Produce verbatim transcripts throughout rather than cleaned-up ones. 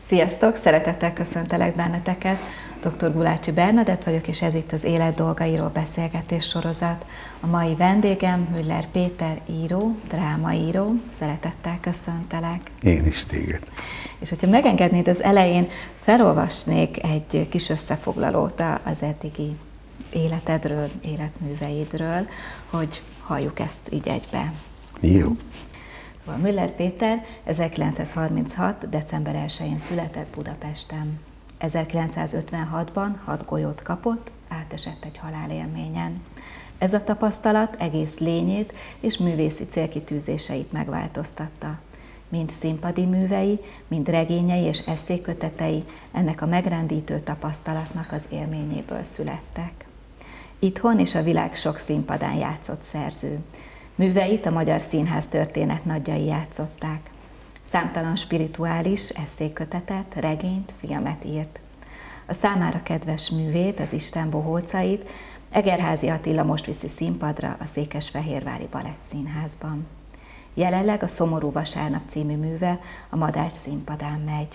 Sziasztok! Szeretettel köszöntelek benneteket. doktor Gulácsi Bernadett vagyok, és ez itt az Élet dolgairól beszélgetés sorozat. A mai vendégem Müller Péter író, drámaíró. Szeretettel köszöntelek. Én is téged. És hogyha megengednéd, az elején felolvasnék egy kis összefoglalót az eddigi életedről, életműveidről, hogy halljuk ezt így egybe. Jó. Müller Péter ezerkilencszázharminchat. december elsején született Budapesten. ezerkilencszázötvenhatban hat golyót kapott, átesett egy halálélményen. Ez a tapasztalat egész lényét és művészi célkitűzéseit megváltoztatta. Mind színpadi művei, mind regényei és esszékötetei ennek a megrendítő tapasztalatnak az élményéből születtek. Itthon és a világ sok színpadán játszott szerző. Műveit a magyar színház történet nagyjai játszották. Számtalan spirituális esszékötetet, regényt, filmet írt. A számára kedves művét, az Isten bohócait Egerházy Attila most viszi színpadra a Székesfehérvári Balettszínházban. Jelenleg a Szomorú vasárnap című műve a Madách színpadán megy.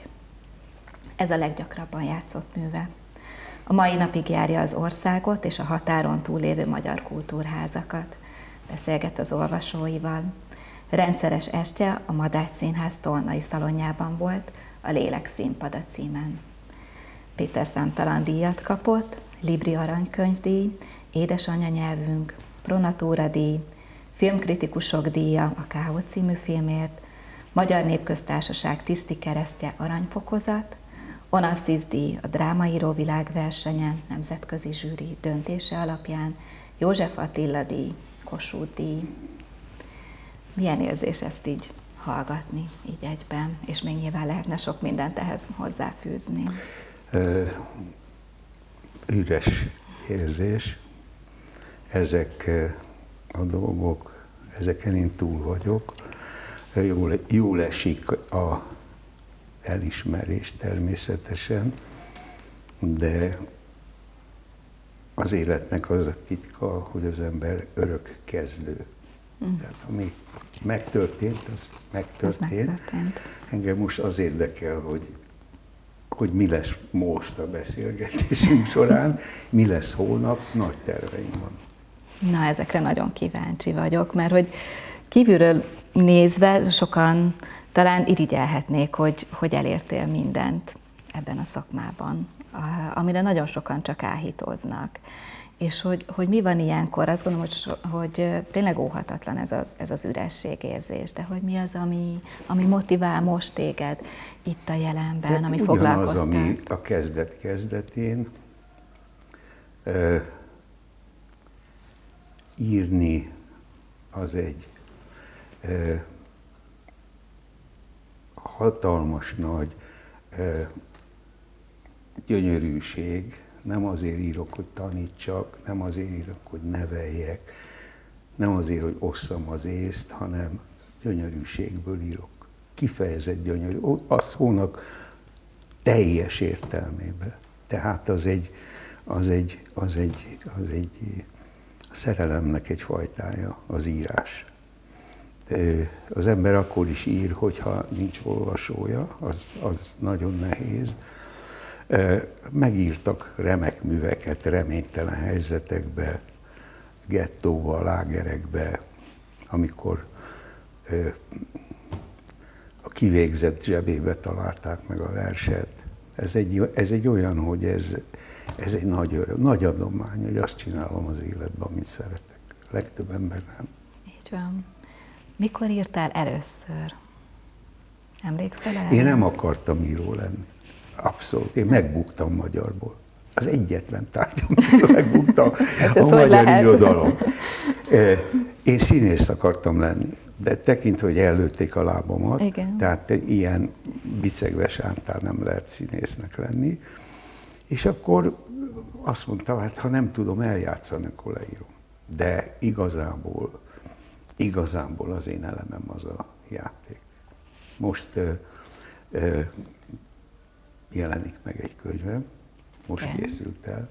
Ez a leggyakrabban játszott műve. A mai napig járja az országot és a határon túllévő magyar kultúrházakat. Beszélget az olvasóival. Rendszeres estje a Madách Színház Tolnai szalonjában volt, a Lélek színpada címen. Péter számtalan díjat kapott, Libri aranykönyvdíj, Édesanyja nyelvünk, Pro Natura díj, Filmkritikusok díja a ká o című filmért, Magyar Népköztársaság Tiszti Keresztje aranyfokozat, Onassis díj a drámaíró világversenyen, nemzetközi zsűri döntése alapján, József Attila díj, Kossuth díj. Milyen érzés ezt így hallgatni, így egyben, és még nyilván lehetne sok mindent ehhez hozzáfűzni. Ö, üres érzés. Ezek a dolgok, ezeken én túl vagyok. Jól, jól esik a elismerés természetesen, de az életnek az a titka, hogy az ember örök kezdő. Mm. Tehát ami megtörtént, az megtörtént. megtörtént. Engem most az érdekel, hogy, hogy mi lesz most a beszélgetésünk során, mi lesz holnap, nagy terveim van. Na, ezekre nagyon kíváncsi vagyok, mert hogy kívülről nézve sokan talán irigyelhetnék, hogy, hogy elértél mindent ebben a szakmában, amire nagyon sokan csak áhítoznak. És hogy, hogy mi van ilyenkor, azt gondolom, hogy, hogy tényleg óhatatlan ez az, ez az ürességérzés, de hogy mi az, ami, ami motivál most téged itt a jelenben, Tehát ami ugyanaz, foglalkoztat? ami a kezdet kezdetén uh, írni az egy uh, hatalmas nagy uh, gyönyörűség. Nem azért írok, hogy tanítsak, nem azért írok, hogy neveljek, nem azért, hogy osszam az észt, hanem gyönyörűségből írok. Kifejezett gyönyörű, a szónak teljes értelmében. Tehát az egy, az egy, az egy, az egy a szerelemnek egy fajtája, az írás. Az ember akkor is ír, hogyha nincs olvasója, az, az nagyon nehéz. Megírtak remek műveket reménytelen helyzetekbe, gettóba, lágerekbe, amikor a kivégzett zsebébe találták meg a verset. Ez egy, ez egy olyan, hogy ez, ez egy nagy öröm, nagy adomány, hogy azt csinálom az életben, amit szeretek. Legtöbb ember nem. Így van. Mikor írtál először? Emlékszel el? Én nem akartam író lenni. Abszolút. Én megbuktam magyarból. Az egyetlen tárgyam, amikor megbuktam hát a magyar irodalom. Én színész akartam lenni, de tekintve, hogy ellőtték a lábamat, igen. Tehát ilyen bicegve sántál nem lehet színésznek lenni. És akkor azt mondtam, hát ha nem tudom eljátszani, akkor leírom. De igazából, igazából az én elemem az a játék. Most uh, uh, jelenik meg egy könyvem, most okay. készült el.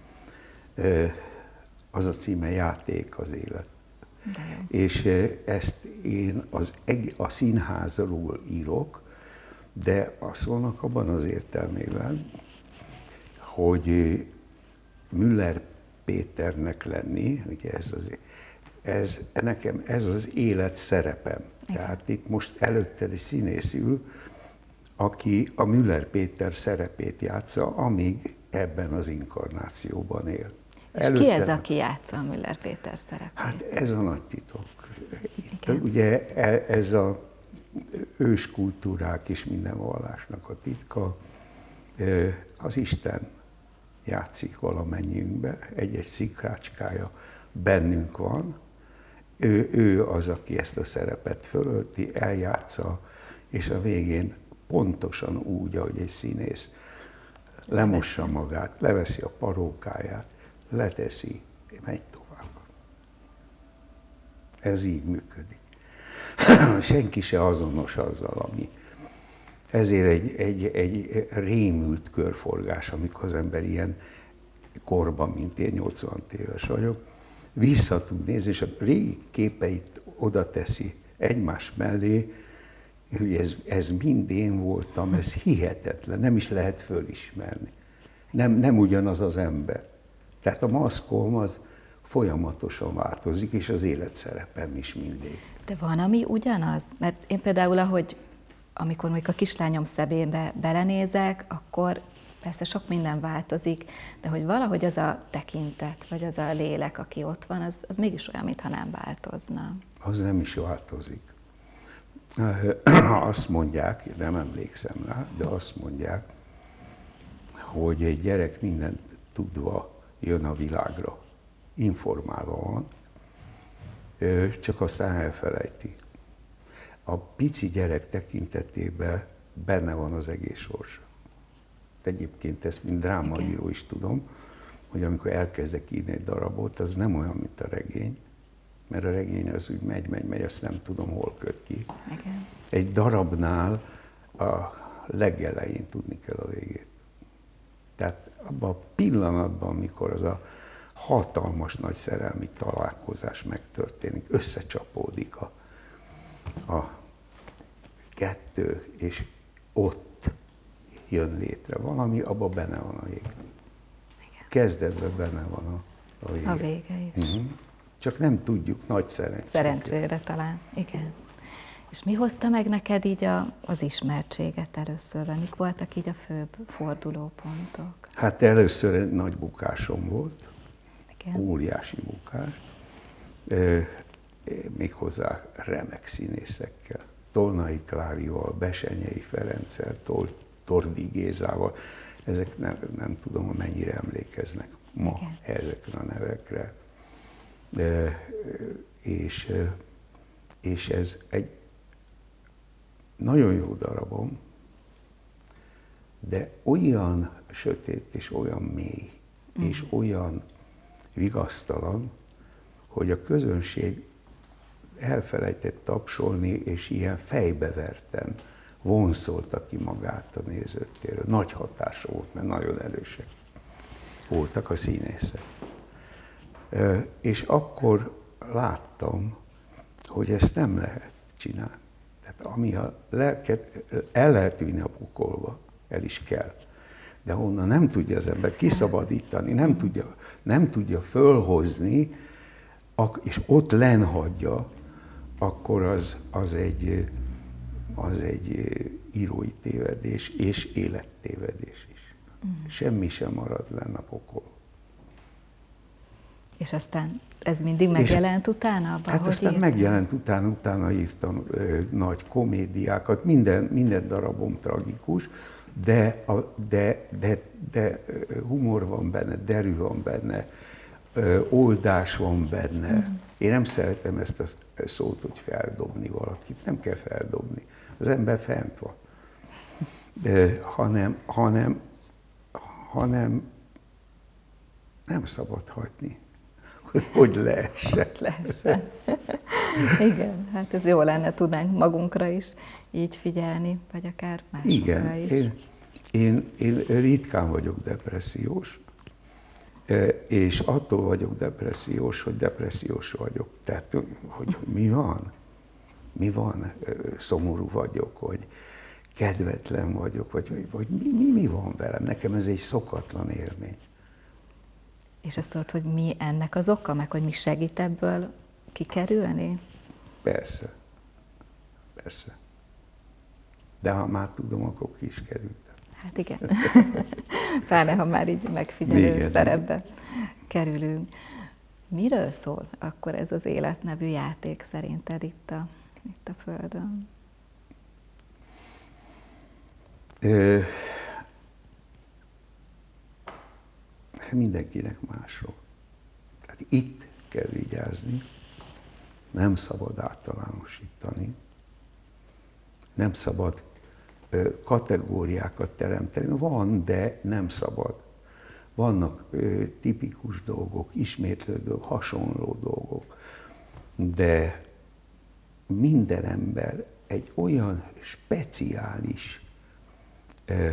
Az a címe Játék az élet. És ezt én az, a színházról írok, De a szónak abban az értelmében, hogy Müller Péternek lenni, ugye ez, az, ez nekem ez az élet szerepem. Igen. Tehát itt most előtted egy színész ül, aki a Müller Péter szerepét játsza, amíg ebben az inkarnációban él. És előtte, ki ez, aki játsza a Müller Péter szerepét? Hát ez a nagy titok. Itt ugye ez a őskultúrák és minden vallásnak a titka, az Isten játszik valamennyiünkbe, egy-egy szikrácskája bennünk van, ő, ő az, aki ezt a szerepet fölölti, eljátsza, és a végén pontosan úgy, ahogy egy színész lemossa magát, leveszi a parókáját, leteszi, megy tovább. Ez így működik. Senki se azonos azzal, ami. Ezért egy, egy, egy rémült körforgás, amikor az ember ilyen korban, mint én, nyolcvan éves vagyok, vissza tud nézni, és a régi képeit oda teszi egymás mellé, hogy ez, ez mind én voltam, ez hihetetlen, nem is lehet fölismerni. Nem, nem ugyanaz az ember. Tehát a maszkom az folyamatosan változik, és az életszerepem is mindig. De van, ami ugyanaz? Mert én például, ahogy amikor még a kislányom szemébe belenézek, akkor persze sok minden változik, de hogy valahogy az a tekintet, vagy az a lélek, aki ott van, az, az mégis olyan, mintha nem változna. Az nem is változik. Azt mondják, nem emlékszem rá, de azt mondják, hogy egy gyerek mindent tudva jön a világra, informálva van, csak aztán elfelejti. A pici gyerek tekintetében benne van az egész sorsa. Egyébként ezt, mint drámaíró is tudom, hogy amikor elkezdek írni egy darabot, az nem olyan, mint a regény, mert a regény az úgy megy, megy, megy, azt nem tudom, hol köt ki. Igen. Egy darabnál a legelején tudni kell a végét. Tehát abban a pillanatban, amikor az a hatalmas nagy szerelmi találkozás megtörténik, összecsapódik a, a kettő, és ott jön létre valami, abban benne van a vége. Kezdetben benne van a, a vége. A vége is. Uh-huh. Csak nem tudjuk, nagy szerencsére. Szerencsére talán, igen. És mi hozta meg neked így a, az ismertséget először? Mik voltak így a főbb fordulópontok? Hát először egy nagy bukásom volt. Igen. Óriási bukás. E, méghozzá remek színészekkel. Tolnai Klárival, Besenyei Ferenccel, Tol, Tordi Gézával. Ezek nem, nem tudom, mennyire emlékeznek ma igen. ezekre a nevekre. E, és, és ez egy nagyon jó darabom, de olyan sötét és olyan mély, mm. és olyan vigasztalan, hogy a közönség elfelejtett tapsolni, és ilyen fejbeverten vonszolta ki magát a nézőtéről. Nagy hatása volt, mert nagyon erősek voltak a színészek. És akkor láttam, hogy ezt nem lehet csinálni. Tehát ami a lelket el lehet vinni a pokolba, el is kell. De honnan nem tudja az ember kiszabadítani, nem tudja, nem tudja fölhozni, és ott lenhagyja, akkor az, az, egy, az egy írói tévedés és élettévedés is. Mm. Semmi sem marad lenn a pokol. És aztán ez mindig megjelent és, utána? Abba, hát aztán írtam? megjelent utána, utána írtam ö, nagy komédiákat, minden, minden darabom tragikus, de, a, de, de, de humor van benne, derű van benne, ö, oldás van benne. Mm. Én nem szeretem ezt a szót, hogy feldobni valakit, nem kell feldobni, az ember fent van. De, hanem, hanem, hanem nem szabad hagyni. Hogy lehessen. Hogy lehessen. Igen, hát ez jó lenne, tudnánk magunkra is így figyelni, vagy akár másokra Igen, is. Én, én, én ritkán vagyok depressziós, és attól vagyok depressziós, hogy depressziós vagyok. Tehát, hogy mi van? Mi van? Szomorú vagyok, hogy kedvetlen vagyok, vagy, vagy mi, mi, mi van velem. Nekem ez egy szokatlan élmény. És azt tudod, hogy mi ennek az oka, meg hogy mi segít ebből kikerülni? Persze. Persze. De ha már tudom, akkor ki is kerültem. Hát igen. Pláne, ha már így megfigyelő igen, szerepbe kerülünk. Miről szól akkor ez az Élet nevű játék szerinted itt a, itt a Földön? Ö, mindenkinek másról. Tehát itt kell vigyázni, nem szabad általánosítani, nem szabad ö, kategóriákat teremteni. Van, de nem szabad. Vannak ö, tipikus dolgok, ismétlődő, hasonló dolgok, de minden ember egy olyan speciális, ö,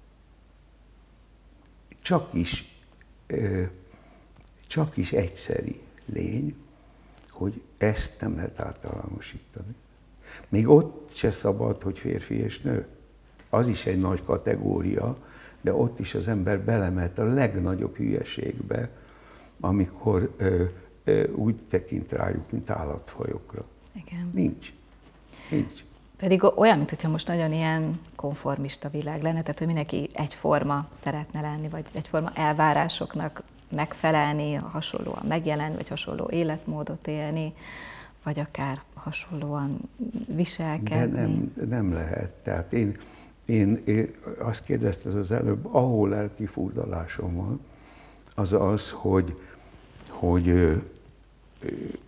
csak is, ö, csak is egyszeri lény, hogy ezt nem lehet általánosítani. Még ott se szabad, hogy férfi és nő. Az is egy nagy kategória, de ott is az ember belemet a legnagyobb hülyeségbe, amikor ö, ö, úgy tekint rájuk, mint állatfajokra. Igen. Nincs. Nincs. Pedig olyan, mintha most nagyon ilyen konformista világ lenne, tehát hogy mindenki egyforma szeretne lenni, vagy egyforma elvárásoknak megfelelni, hasonlóan megjelenni, vagy hasonló életmódot élni, vagy akár hasonlóan viselkedni. De nem, nem lehet. Tehát én, én, én azt kérdezted az előbb, ahol lelki furdalásom van, az az, hogy, hogy ö, ö,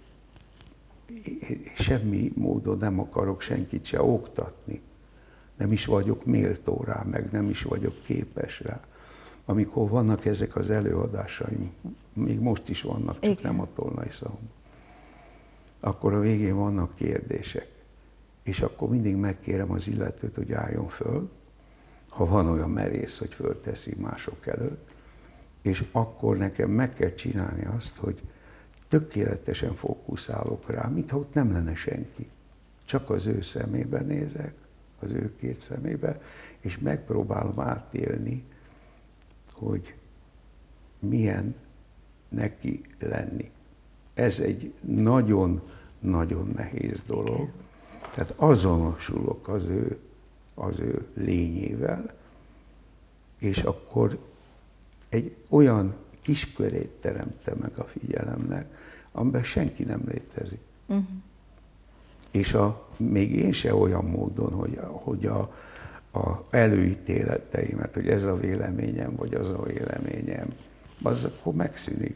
semmi módon nem akarok senkit se oktatni. Nem is vagyok méltó rá, meg nem is vagyok képes rá. Amikor vannak ezek az előadásaim, még most is vannak, csak igen, nem a Tolnai Szalomban, akkor a végén vannak kérdések. És akkor mindig megkérem az illetőt, hogy álljon föl, ha van olyan merész, hogy fölteszi mások előtt, és akkor nekem meg kell csinálni azt, hogy tökéletesen fókuszálok rá, mintha ott nem lenne senki. Csak az ő szemébe nézek, az ő két szemébe, és megpróbálom átélni, hogy milyen neki lenni. Ez egy nagyon-nagyon nehéz dolog. Tehát azonosulok az ő, az ő lényével, és akkor egy olyan kiskörét teremte meg a figyelemnek, amiben senki nem létezik. Uh-huh. És a, még én se olyan módon, hogy, hogy a, a előítéleteimet, hogy ez a véleményem, vagy az a véleményem, az akkor megszűnik.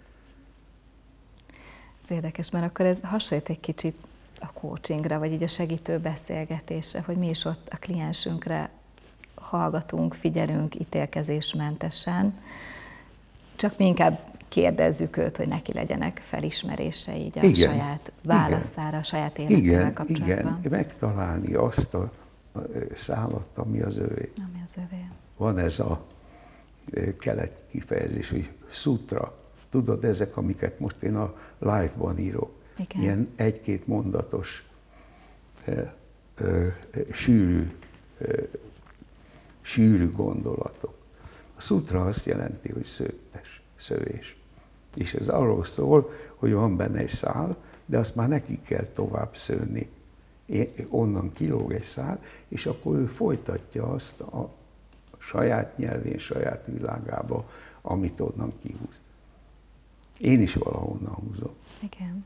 Ez érdekes, mert akkor ez hasonlít egy kicsit a coachingra, vagy így a segítő beszélgetésre, hogy mi is ott a kliensünkre hallgatunk, figyelünk ítélkezésmentesen, csak mi inkább kérdezzük őt, hogy neki legyenek felismerései így a igen, saját válaszára, igen, a saját életével kapcsolatban. Igen, megtalálni azt a szálat, ami az övé. Ami az övé. Van ez a keleti kifejezés, hogy sutra. Tudod, ezek, amiket most én a live-ban írok. Igen. Ilyen egy-két mondatos, e, e, sűrű, e, sűrű gondolatok. A sutra azt jelenti, hogy szőttes, szövés. És ez arról szól, hogy van benne egy szál, de azt már neki kell tovább szőni. Onnan kilóg egy szál, és akkor ő folytatja azt a saját nyelvén, saját világába, amit onnan kihúz. Én is valahonnan húzom. Igen.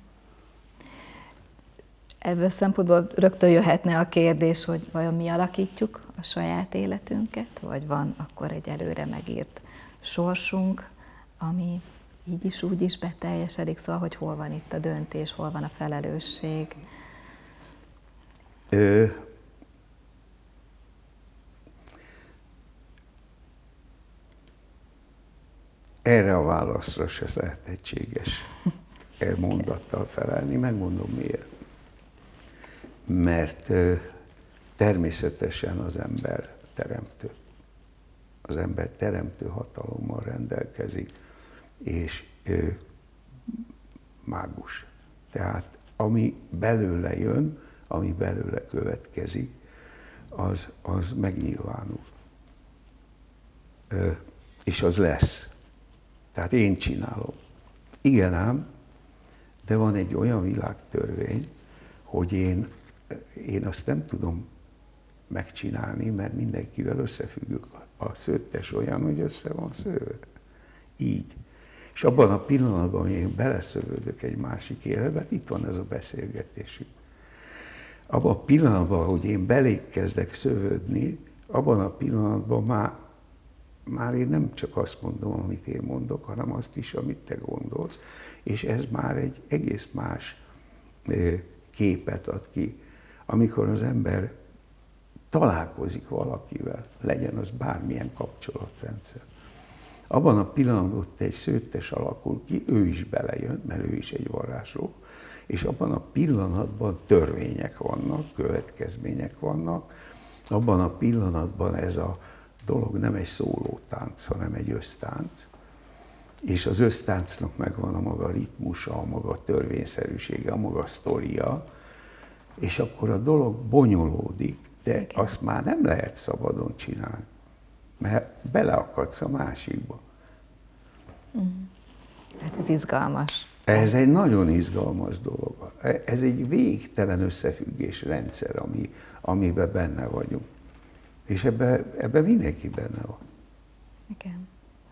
Ebből a szempontból rögtön jöhetne a kérdés, hogy vajon mi alakítjuk a saját életünket, vagy van akkor egy előre megírt sorsunk, ami így is, úgy is beteljesedik, szóval, hogy hol van itt a döntés, hol van a felelősség. Ö, erre a válaszra se lehet egységes mondattal felelni, megmondom miért. Mert ö, természetesen az ember teremtő. Az ember teremtő hatalommal rendelkezik, és ö, mágus. Tehát ami belőle jön, ami belőle következik, az, az megnyilvánul. Ö, és az lesz. Tehát én csinálom. Igen ám, de van egy olyan világtörvény, hogy én, én azt nem tudom megcsinálni, mert mindenkivel összefüggök. A szőttes olyan, hogy össze van szőve. Így. És abban a pillanatban, hogy én beleszövődök egy másik életbe, itt van ez a beszélgetésünk. Abban a pillanatban, hogy én belé kezdek szövődni, abban a pillanatban már, már én nem csak azt mondom, amit én mondok, hanem azt is, amit te gondolsz, és ez már egy egész más képet ad ki. Amikor az ember találkozik valakivel, legyen az bármilyen kapcsolatrendszer. Abban a pillanatban egy szőttes alakul ki, ő is belejön, mert ő is egy varázsló, és abban a pillanatban törvények vannak, következmények vannak, abban a pillanatban ez a dolog nem egy szólótánc, hanem egy össztánc, és az össztáncnak megvan a maga ritmusa, a maga törvényszerűsége, a maga sztoria, és akkor a dolog bonyolódik, de okay. Azt már nem lehet szabadon csinálni, mert beleakadsz a másikba. Mm. Hát ez izgalmas. Ez egy nagyon izgalmas dolog. Ez egy végtelen összefüggés rendszer, ami, amiben benne vagyunk. És ebben ebbe mindenki benne van. Igen.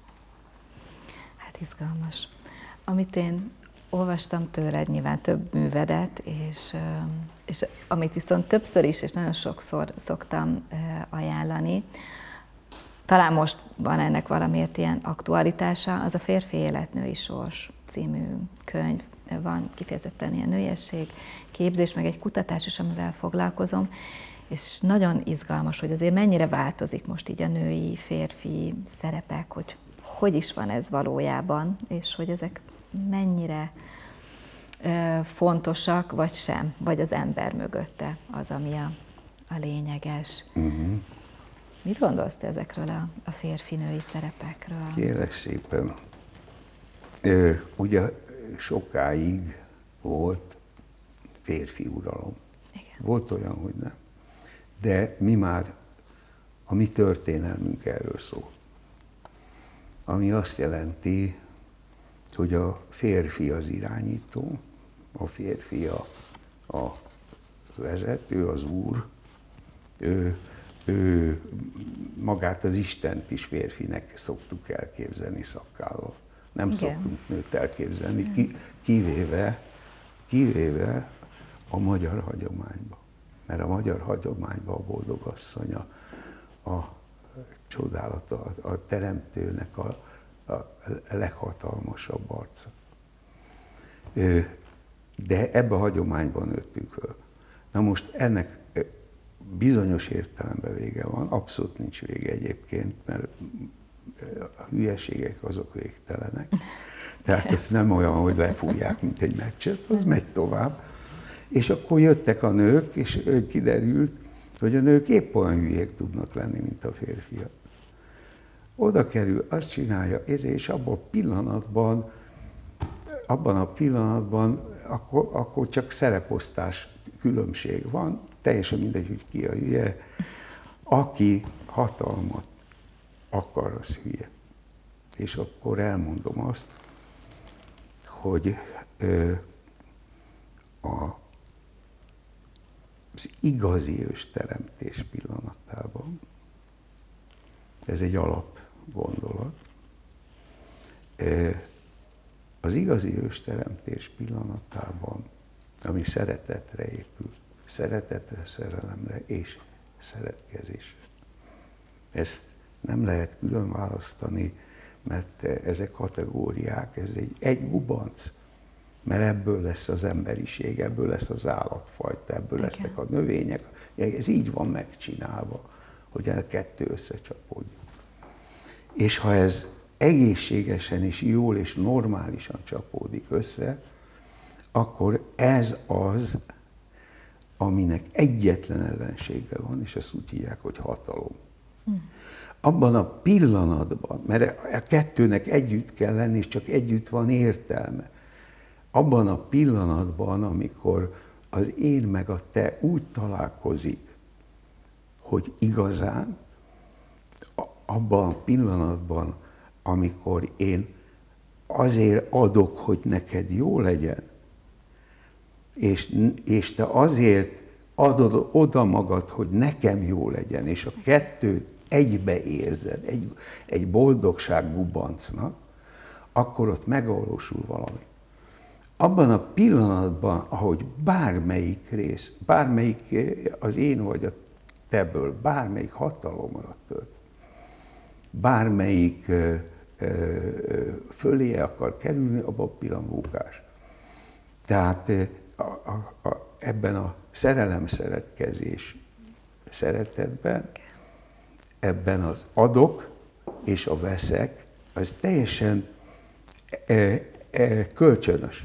Hát izgalmas. Amit én olvastam tőled, nyilván több művedet, és, és amit viszont többször is, és nagyon sokszor szoktam ajánlani, talán most van ennek valamiért ilyen aktualitása, az a Férfi élet, női sors című könyv. Van kifejezetten ilyen nőiesség, képzés, meg egy kutatás is, amivel foglalkozom, és nagyon izgalmas, hogy azért mennyire változik most így a női, férfi szerepek, hogy hogy is van ez valójában, és hogy ezek mennyire ö, fontosak, vagy sem, vagy az ember mögötte az, ami a, a lényeges. Uh-huh. Mit gondolsz te ezekről a, a férfi-női szerepekről? Kérlek szépen. Ö, ugye sokáig volt férfi uralom. Igen. Volt olyan, hogy nem. De mi már, a mi történelmünk erről szól. Ami azt jelenti, hogy a férfi az irányító, a férfi a, a vezető, az úr, ő, ő magát az Istent is férfinek szoktuk elképzelni szakállal. Nem Igen. szoktunk nőt elképzelni, ki, kivéve, kivéve a magyar hagyományban. Mert a magyar hagyományban a boldogasszony a, a csodálata, a, a teremtőnek a, a leghatalmasabb arca. De ebbe a hagyományban nőttünk föl. Na most ennek bizonyos értelemben vége van, abszolút nincs vége egyébként, mert a hülyeségek azok végtelenek. Tehát ez nem olyan, hogy lefújják, mint egy meccset, az megy tovább. És akkor jöttek a nők, és kiderült, hogy a nők épp olyan hülyék tudnak lenni, mint a férfiak. Oda kerül, azt csinálja, és abban a pillanatban, abban a pillanatban akkor, akkor csak szereposztás különbség van, teljesen mindegy, hogy ki a hülye. Aki hatalmat akar, az hülye. És akkor elmondom azt, hogy ö, a, az igazi ősteremtés pillanatában, ez egy alapgondolat, az igazi ősteremtés pillanatában, ami szeretetre épül, szeretetre, szerelemre és szeretkezésre. Ezt nem lehet külön választani, mert ezek kategóriák, ez egy, egy gubanc, mert ebből lesz az emberiség, ebből lesz az állatfajta, ebből Igen. lesznek a növények. Ez így van megcsinálva, hogy a kettő összecsapódjon. És ha ez egészségesen és jól és normálisan csapódik össze, akkor ez az, aminek egyetlen ellensége van, és ezt úgy hívják, hogy hatalom. Mm. Abban a pillanatban, mert a kettőnek együtt kell lenni, és csak együtt van értelme. Abban a pillanatban, amikor az én meg a te úgy találkozik, hogy igazán abban a pillanatban, amikor én azért adok, hogy neked jó legyen, és, és te azért adod oda magad, hogy nekem jó legyen, és a kettőt egybe érzed, egy, egy boldogság gubancnak, akkor ott megvalósul valami. Abban a pillanatban, ahogy bármelyik rész, bármelyik az én vagy a teből, bármelyik hatalomra tört, bármelyik ö, ö, fölé akar kerülni, abban a pillanatban bukás. Tehát a, a, a, ebben a szerelem-szeretkezés szeretetben, ebben az adok és a veszek, az teljesen e, e, kölcsönös.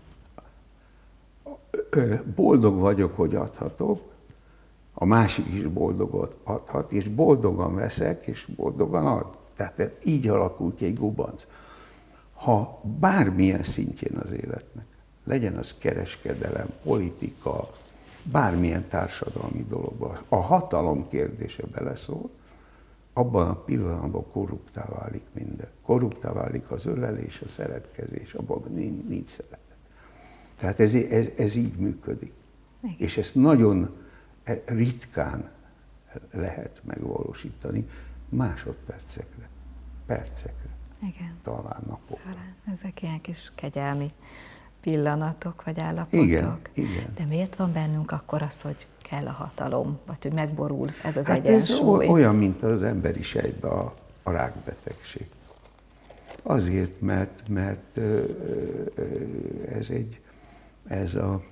Boldog vagyok, hogy adhatok, a másik is boldogot adhat, és boldogan veszek, és boldogan ad. Tehát így alakul ki egy gubanc. Ha bármilyen szintjén az életnek, legyen az kereskedelem, politika, bármilyen társadalmi dologban, a hatalom kérdése beleszól, abban a pillanatban korruptá válik minden. Korruptá válik az ölelés, a szeretkezés, abban nincs, nincs szeretet. Tehát ez, ez, ez így működik. Igen. És ezt nagyon ritkán lehet megvalósítani másodpercekre, percekre, igen. talán napokra. Talán ezek ilyen kis kegyelmi pillanatok vagy állapotok. Igen, igen. De miért van bennünk akkor az, hogy kell a hatalom, vagy hogy megborul ez az hát egyensúly? Ez olyan, mint az emberi sejtben a, a rákbetegség. Azért, mert, mert ez egy ez a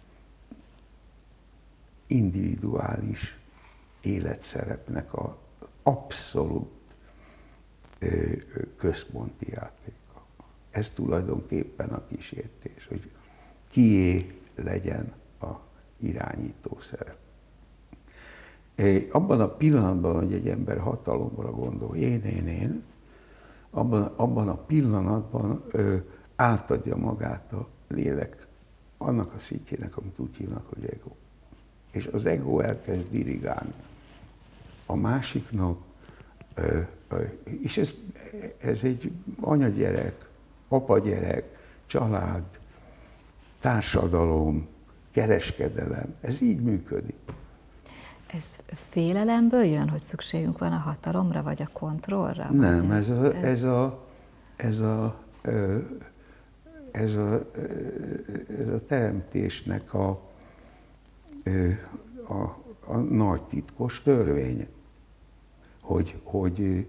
individuális életszerepnek a abszolút központi játéka. Ez tulajdonképpen a kísértés, hogy kié legyen a irányító szerep. Abban a pillanatban, hogy egy ember hatalomra gondol, én, én, én, abban, abban a pillanatban ö, átadja magát a lélek annak a szintjének, amit úgy hívnak, hogy ego. És az ego elkezd dirigálni a másiknak, ö, ö, és ez, ez egy anyagyerek, apagyerek, család, társadalom, kereskedelem, ez így működik. Ez félelemből jön, hogy szükségünk van a hatalomra, vagy a kontrollra? Nem, ez a, ez a, ez a, ez a, ez a teremtésnek a, a, a nagy titkos törvénye, hogy, hogy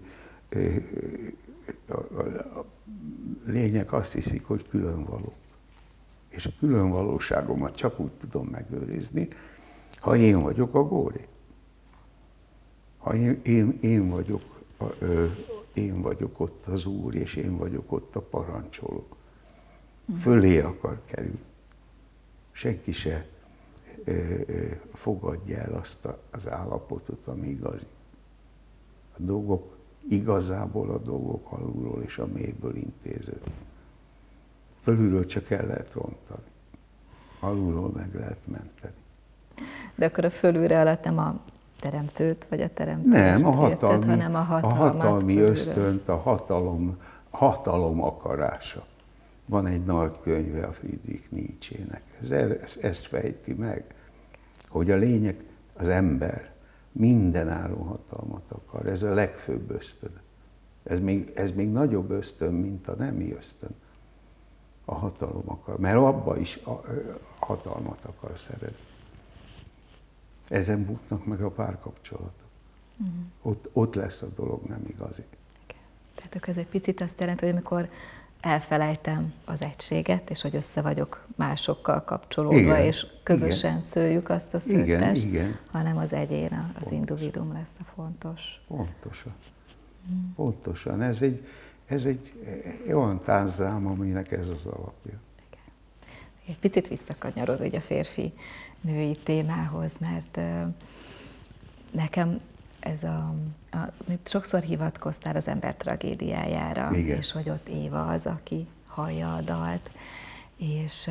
a, a lények azt hiszik, hogy különvaló. És a különvalóságomat csak úgy tudom megőrizni, ha én vagyok a góré. Ha én, én, én, vagyok, ö, én vagyok ott az Úr, és én vagyok ott a parancsoló. Fölé akar kerülni. Senki se ö, ö, fogadja el azt a, az állapotot, ami igazi. A dolgok, igazából a dolgok alulról és a mélyből intéződnek. Fölülről csak el lehet rontani. Alulról meg lehet menteni. De akkor a fölülre alatt nem a teremtőt, vagy a teremtést nem, a hatalmi, érted, hanem a, a hatalmi fölülről. ösztönt, a hatalom, hatalom akarása. Van egy nagy könyve a Friedrich Nietzschének. Ez, ez, ezt fejti meg, hogy a lényeg, az ember minden áron hatalmat akar. Ez a legfőbb ösztön. Ez még, ez még nagyobb ösztön, mint a nemi ösztön. A hatalom akar, mert abba is a, a hatalmat akar szerezni. Ezen buknak meg a párkapcsolatok. Uh-huh. Ott, ott lesz a dolog nem igazi. Igen. Tehát akkor ez egy picit azt jelenti, hogy amikor elfelejtem az egységet, és hogy össze vagyok másokkal kapcsolódva, igen, és közösen igen. szőjük azt a szőttest, hanem az egyén, az pontosan. Individuum lesz a fontos. Pontosan. Hmm. Pontosan. Ez egy, ez egy olyan táncdráma, aminek ez az alapja. Igen. Egy picit visszakanyarodva a férfi-női témához, mert nekem ez a, a sokszor hivatkoztál az ember tragédiájára, igen. és hogy ott Éva az, aki hallja a dalt, és,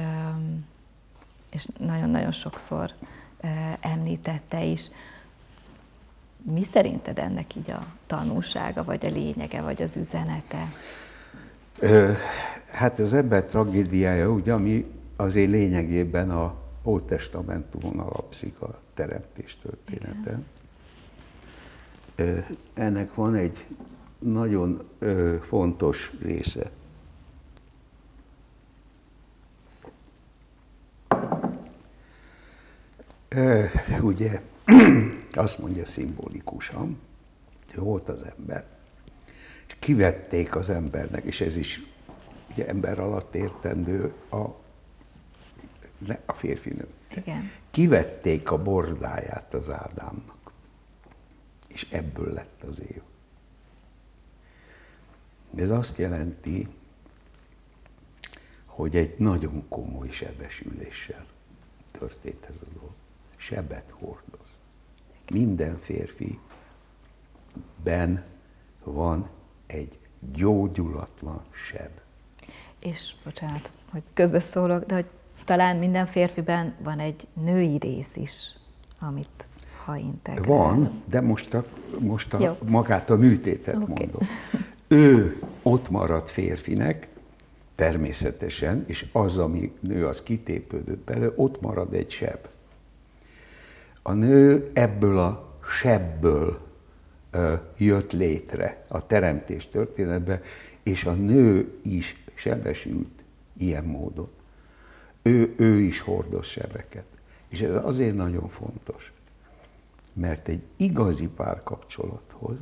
és nagyon-nagyon sokszor említette is. Mi szerinted ennek így a tanulsága, vagy a lényege, vagy az üzenete? Ö, hát az ember tragédiája, ugye, ami azért lényegében a Ótestamentumon alapszik, a teremtés története. Ö, ennek van egy nagyon ö, fontos része. Ö, ugye azt mondja szimbolikusan, hogy volt az ember, és kivették az embernek, és ez is ugye ember alatt értendő a, a férfinő. Igen. Kivették a bordáját az Ádámnak, és ebből lett az év. Ez azt jelenti, hogy egy nagyon komoly sebesüléssel történt ez a dolog. Sebet hordoz. Minden férfiben van egy gyógyulatlan seb. És bocsánat, hogy közbeszólok, de hogy talán minden férfiben van egy női rész is, amit ha integrál. Van, de most a, most a magát a műtétet okay. mondom. Ő ott maradt férfinek, természetesen, és az, ami nő, az kitépődött bele, ott marad egy seb. A nő ebből a sebből ö, jött létre a teremtés történetben, és a nő is sebesült ilyen módon. Ő, ő is hordoz sebeket. És ez azért nagyon fontos, mert egy igazi párkapcsolathoz,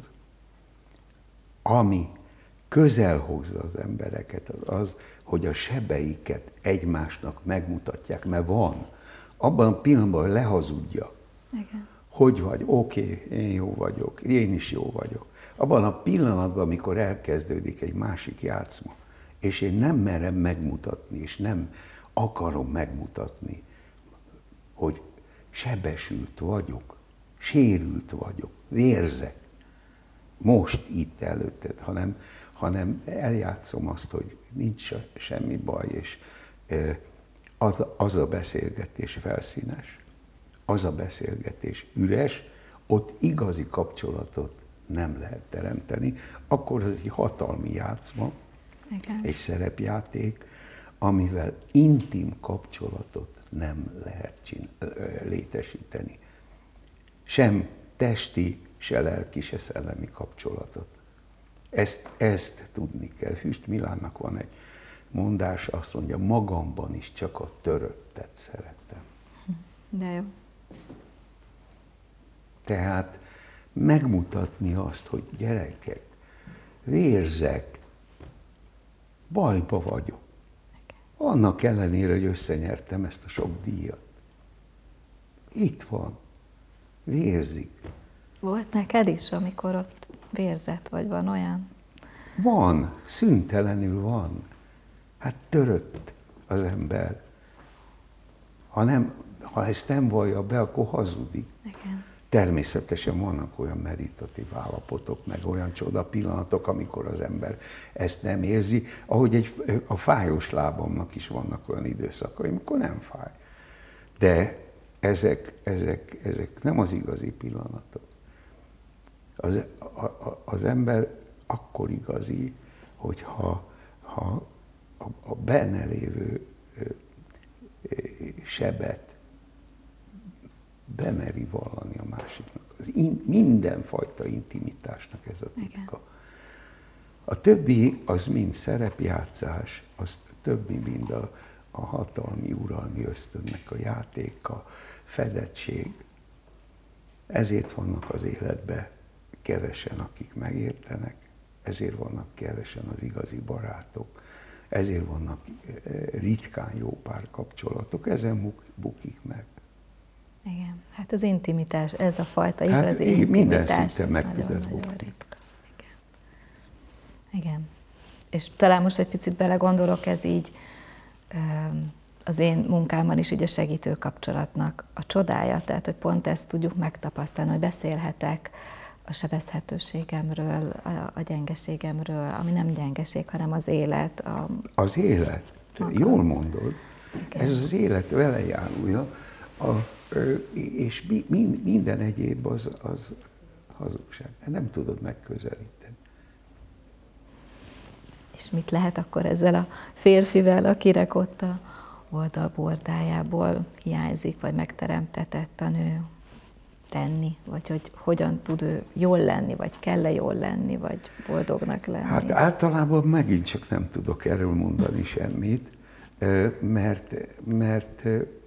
ami közel hozza az embereket, az az, hogy a sebeiket egymásnak megmutatják, mert van. Abban a pillanatban lehazudja. Igen. Hogy vagy? Oké, okay, én jó vagyok, én is jó vagyok. Abban a pillanatban, amikor elkezdődik egy másik játszma, és én nem merem megmutatni, és nem akarom megmutatni, hogy sebesült vagyok, sérült vagyok, vérzek, most itt előtted, hanem, hanem eljátszom azt, hogy nincs semmi baj, és az, az a beszélgetés felszínes, az a beszélgetés üres, ott igazi kapcsolatot nem lehet teremteni, akkor az egy hatalmi játszma, igen. egy szerepjáték, amivel intim kapcsolatot nem lehet csin- létesíteni. Sem testi, se lelki, se szellemi kapcsolatot. Ezt, ezt tudni kell. Füst Milánnak van egy mondás, azt mondja, magamban is csak a töröttet szeretem. De jó. Tehát megmutatni azt, hogy gyerekek, vérzek, bajba vagyok. Annak ellenére, hogy összenyertem ezt a sok díjat. Itt van, vérzik. Volt neked is, amikor ott vérzett, vagy van olyan? Van, szüntelenül van. Hát törött az ember. Ha, nem, ha ezt nem vallja be, akkor hazudik. Igen. Természetesen vannak olyan meditatív állapotok, meg olyan csoda pillanatok, amikor az ember ezt nem érzi, ahogy egy, a fájós lábamnak is vannak olyan időszakai, amikor nem fáj. De ezek, ezek, ezek nem az igazi pillanatok. Az, a, a, az ember akkor igazi, hogyha ha a, a benne lévő ö, ö, sebet bemeri vallani a másiknak. Az in, mindenfajta intimitásnak ez a titka. Igen. A többi az mind szerepjátszás, az többi mind a, a hatalmi, uralmi ösztönnek a játéka, fedettség. Ezért vannak az életben kevesen, akik megértenek, ezért vannak kevesen az igazi barátok, ezért vannak ritkán jó párkapcsolatok, ezen bukik meg. Igen, hát az intimitás, ez a fajta hát igazi intimitás. Minden szinten meg tud ez bukni. Igen. Igen. És talán most egy picit belegondolok, ez így az én munkámban is így a segítő kapcsolatnak a csodája, tehát hogy pont ezt tudjuk megtapasztalni, hogy beszélhetek a sebezhetőségemről, a gyengeségemről, ami nem gyengeség, hanem az élet. A... Az élet, maga. Jól mondod, igen. Ez az élet velejárója, a, és mi, minden egyéb az, az hazugság. Nem tudod megközelíteni. És mit lehet akkor ezzel a férfivel, akinek ott a oldalbordájából hiányzik, vagy megteremtetett a nő, tenni? Vagy hogy hogyan tud ő jól lenni, vagy kell-e jól lenni, vagy boldognak lenni? Hát általában megint csak nem tudok erről mondani semmit, mert, mert,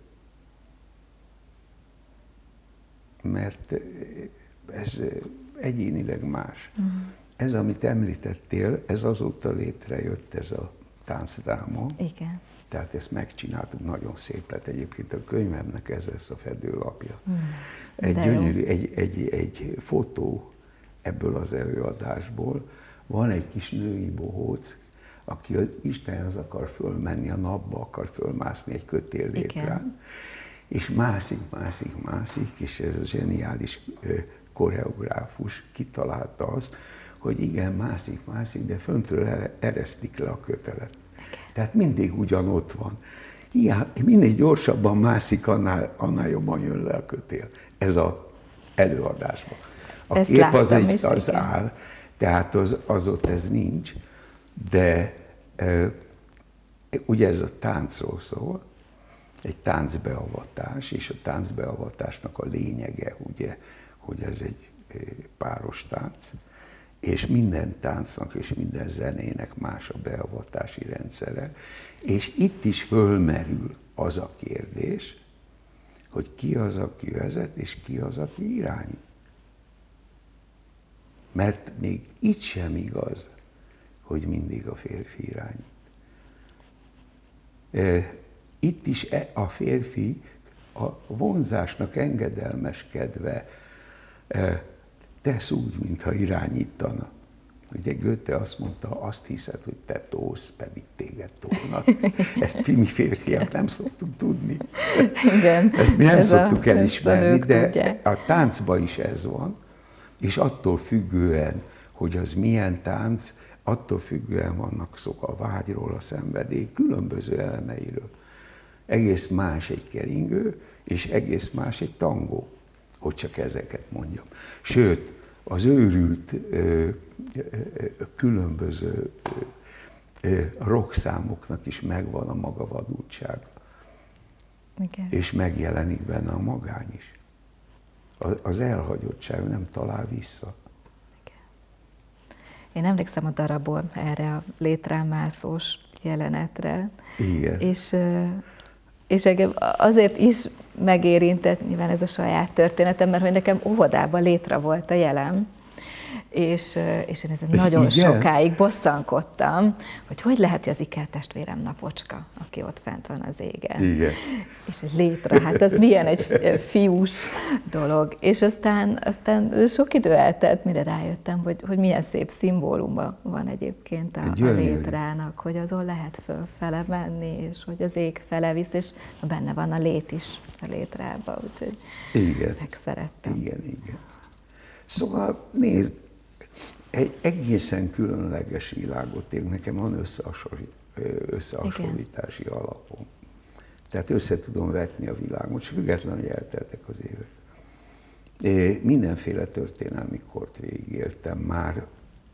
mert ez egyénileg más. Uh-huh. Ez, amit említettél, ez azóta létrejött, ez a táncdráma. Igen. Tehát ezt megcsináltuk, nagyon szép lett. Egyébként a könyvemnek ez lesz a fedőlapja. Uh-huh. Egy gyönyörű, egy, egy, egy fotó ebből az előadásból. Van egy kis női bohóc, aki az Istenhez akar fölmenni, a napba akar fölmászni egy kötéllétrán, és mászik, mászik, mászik, és ez a zseniális koreográfus kitalálta azt, hogy igen, mászik, mászik, de föntről eresztik le a kötelet. Tehát mindig ugyanott van. Hiába, minél gyorsabban mászik, annál, annál jobban jön le a kötél. Ez az előadásban. A Ezt kép az, egy, is, az áll, tehát az, az ott ez nincs, de e, ugye ez a táncról szól, egy táncbeavatás, és a táncbeavatásnak a lényege, ugye, hogy ez egy páros tánc, és minden táncnak és minden zenének más a beavatási rendszere, és itt is fölmerül az a kérdés, hogy ki az, aki vezet, és ki az, aki irányít. Mert még itt sem igaz, hogy mindig a férfi irányít. Itt is a férfi a vonzásnak engedelmeskedve tesz úgy, mintha irányítana. Ugye Goethe azt mondta, azt hiszed, hogy te tolsz, pedig téged tolnak. Ezt mi férfiak nem szoktuk tudni. Igen, ezt mi nem ez szoktuk a, elismerni, de tudják. A táncban is ez van, és attól függően, hogy az milyen tánc, attól függően vannak szó a vágyról, a szenvedély, különböző elemeiről. Egész más egy keringő, és egész más egy tangó, hogy csak ezeket mondjam. Sőt, az őrült ö, ö, ö, különböző ö, rockszámoknak is megvan a maga vadultsága. Igen. És megjelenik benne a magány is. Az elhagyottság nem talál vissza. Igen. Én emlékszem a darabból erre a létrámászós jelenetre. Igen. És, és engem azért is megérintett nyilván ez a saját történetem, mert hogy nekem óvodában létre volt a jelem, és, és én ezen nagyon igen? sokáig bosszankodtam, hogy hogy lehet, hogy az ikertestvérem Napocska, aki ott fent van az égen. Igen. És egy létre, hát az milyen egy fiús dolog. És aztán, aztán sok idő eltelt, mire rájöttem, hogy, hogy milyen szép szimbóluma van egyébként a, a létrának, hogy azon lehet fölfele menni, és hogy az ég fele visz, és benne van a lét is a létrába, úgyhogy igen. megszerettem. Igen, igen. Szóval nézd, egy egészen különleges világot él, nekem van összehasonlítási alapom. Tehát össze tudom vetni a világot, és függetlenül, hogy elteltek az évek. É, mindenféle történelmi kort végigéltem már,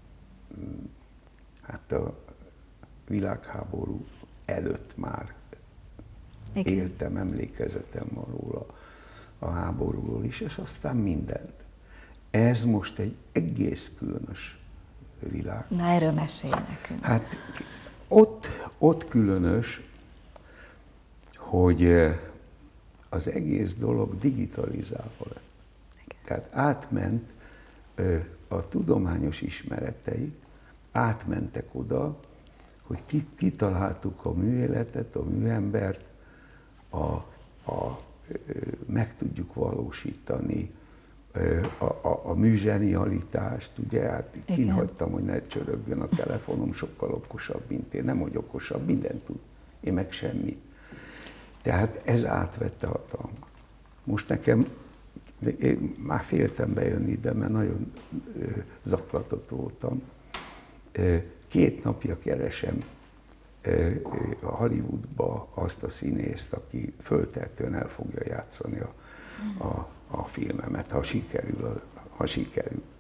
hát a világháború előtt már igen. éltem, emlékezetem van róla a háborúról is, és aztán mindent. Ez most egy egész különös világ. Na, erről mesélj nekünk. Hát ott, ott különös, hogy az egész dolog digitalizálva lett. Tehát átment a tudományos ismeretei, átmentek oda, hogy kitaláltuk a műéletet, a műembert, a, a, meg tudjuk valósítani a, a, a műzsenialitást, ugye, hát kínhagytam, hogy ne csörögjön a telefonom, sokkal okosabb, mint én, nem hogy okosabb, mindent tud, én meg semmit. Tehát ez átvette a hatalmat. Most nekem, én már féltem bejönni ide, mert nagyon zaklatott voltam. Két napja keresem a Hollywoodba azt a színészt, aki föltehetően el fogja játszani a, a, a filmemet, ha sikerül. Ha sikerül.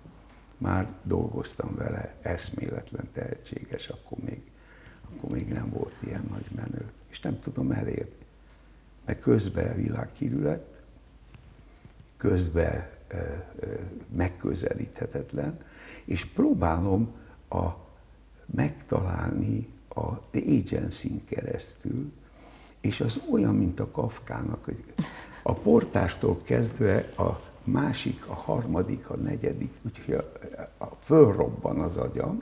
már dolgoztam vele, eszméletlen tehetséges, akkor még, akkor még nem volt ilyen nagy menő. És nem tudom elérni. Mert közben világhírű lett, közben e, e, megközelíthetetlen, és próbálom a, megtalálni a agency-n keresztül, és az olyan, mint a Kafkának, hogy a portástól kezdve a másik, a harmadik, a negyedik, úgyhogy a, a, fölrobban az agyam,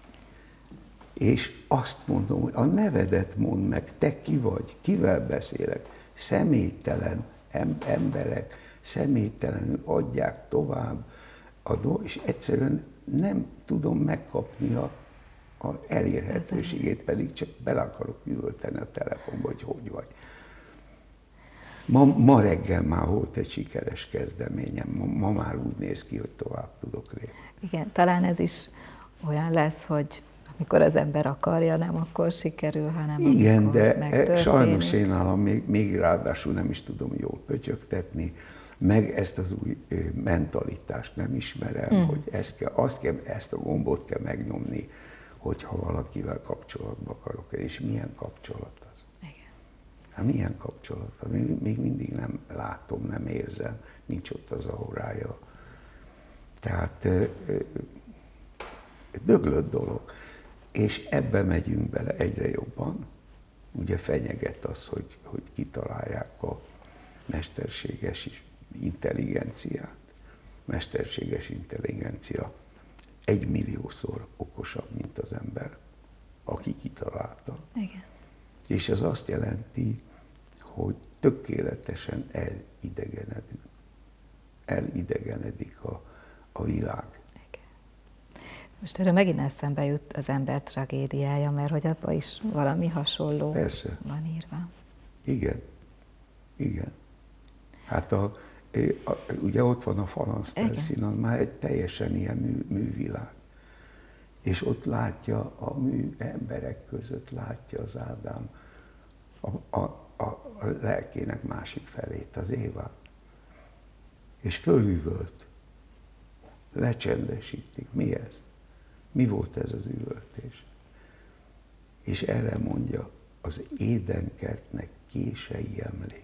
és azt mondom, hogy a nevedet mondd meg, te ki vagy, kivel beszélek, személytelen emberek, személytelenül adják tovább a dolgot, és egyszerűen nem tudom megkapni a, a elérhetőségét, pedig csak bele akarok üvölteni a telefonba, hogy hogy vagy. Ma, ma reggel már volt egy sikeres kezdeményem, ma, ma már úgy néz ki, hogy tovább tudok lépni. Igen, talán ez is olyan lesz, hogy amikor az ember akarja, nem akkor sikerül, hanem igen, amikor de megtörténik. Sajnos én nálam még, még ráadásul nem is tudom jól pötyögtetni, meg ezt az új mentalitást nem ismerem, mm. hogy ezt, kell, azt, kell, ezt a gombot kell megnyomni, hogyha valakivel kapcsolatba akarok, és milyen kapcsolat az. Igen. Hát milyen kapcsolat az? Még, még mindig nem látom, nem érzem, nincs ott az aurája. Tehát döglött dolog. És ebbe megyünk bele egyre jobban. Ugye fenyeget az, hogy, hogy kitalálják a mesterséges intelligenciát. Mesterséges intelligencia egymilliószor okosabb, mint az ember, aki kitalálta. Igen. És ez azt jelenti, hogy tökéletesen elidegenedünk. Elidegenedik a, a világ. Most erről megint eszembe jut az ember tragédiája, mert hogy abban is valami hasonló Persze. van írva. Igen, igen. Hát a, a, ugye ott van a Falanszterszín, az már egy teljesen ilyen mű, művilág. És ott látja a mű emberek között, látja az Ádám a, a, a, a lelkének másik felét, az Évát. És fölüvölt, lecsendesítik. Mi ez? Mi volt ez az üvöltés? És erre mondja, az Édenkertnek kései emléke.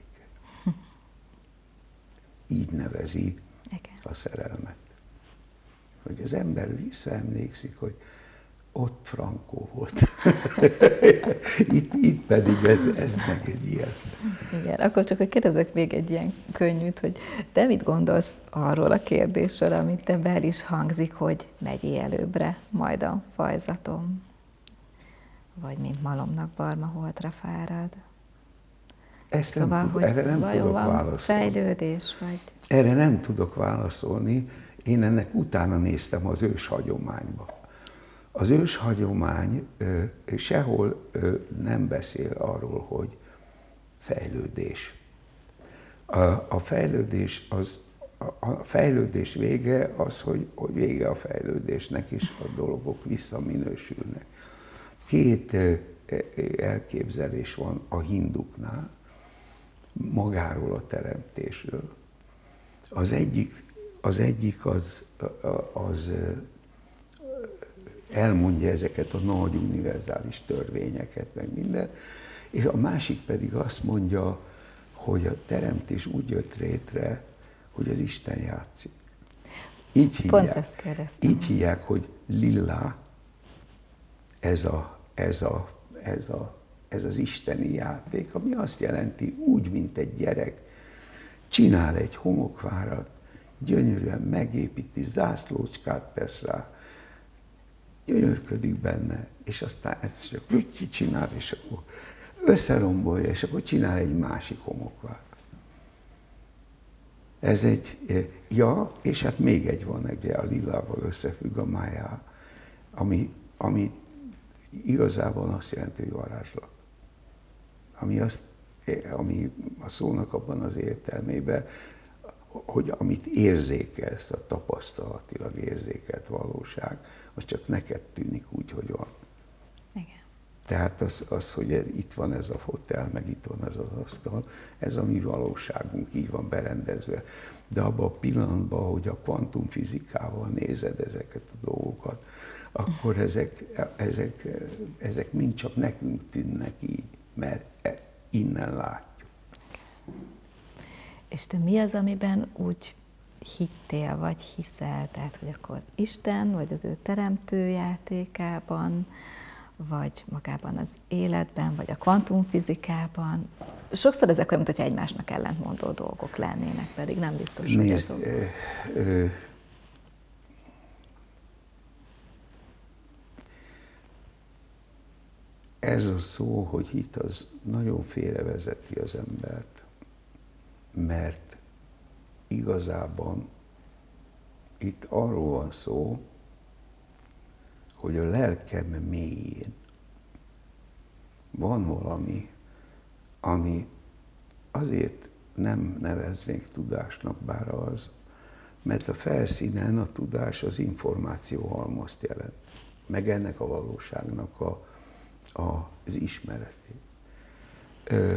Így nevezi Igen. a szerelmet. Hogy az ember visszaemlékszik, hogy ott Frankó volt. itt, itt pedig ez, ez meg egy ilyesmi. Igen, akkor csak hogy kérdezek még egy ilyen könnyűt, hogy te mit gondolsz arról a kérdésről, amit te bel is hangzik, hogy megyél előbbre majd a fajzatom? Vagy mint malomnak barma holtra fárad? Ezt szóval, nem tud, erre nem tudok válaszolni. Fejlődés, vagy? Erre nem tudok válaszolni. Én ennek utána néztem az ős hagyományba. Az ős hagyomány ö, sehol ö, nem beszél arról, hogy fejlődés. A, a fejlődés az, a, a fejlődés vége az, hogy, hogy vége a fejlődésnek, és a dolgok visszaminősülnek. Két ö, elképzelés van a hinduknál, magáról a teremtésről. Az egyik az, egyik az, az elmondja ezeket a nagy univerzális törvényeket, meg minden, és a másik pedig azt mondja, hogy a teremtés úgy jött létre, hogy az Isten játszik. Így hívják, így hívják, hogy lilla, ez, a, ez, a, ez, a, ez az isteni játék, ami azt jelenti, úgy, mint egy gyerek, csinál egy homokvárat, gyönyörűen megépíti, zászlócskát tesz rá, gyönyörködik benne, és aztán ezt csak úgy csinál, és akkor összerombolja, és akkor csinál egy másik homokvárat. Ez egy, ja, és hát még egy van, ugye a lilával összefügg a májá, ami, ami igazából azt jelenti, hogy varázslat. Ami, azt, ami a szónak abban az értelmében, hogy amit érzékelsz, a tapasztalatilag érzékelt valóság, az csak neked tűnik úgy, hogy van. Igen. Tehát az, az, hogy ez, itt van ez a fotel, meg itt van ez az asztal, ez a mi valóságunk, így van berendezve. De abban a pillanatban, hogy a kvantumfizikával nézed ezeket a dolgokat, akkor ezek, ezek, ezek mind csak nekünk tűnnek így, mert innen látjuk. És te mi az, amiben úgy hittél, vagy hiszel? Tehát, hogy akkor Isten, vagy az ő teremtő játékában, vagy magában az életben, vagy a kvantumfizikában. Sokszor ezek olyan, mintha egymásnak ellentmondó dolgok lennének, pedig nem biztos, hogy Nézd, azok. ö, ö, ez a szó, hogy hit, az nagyon félrevezeti az embert, mert igazában itt arról van szó, hogy a lelkem mélyén van valami, ami azért nem neveznék tudásnak, bár az, mert a felszínen a tudás az információ halmazt jelent, meg ennek a valóságnak a, a, az ismeretét. Ö,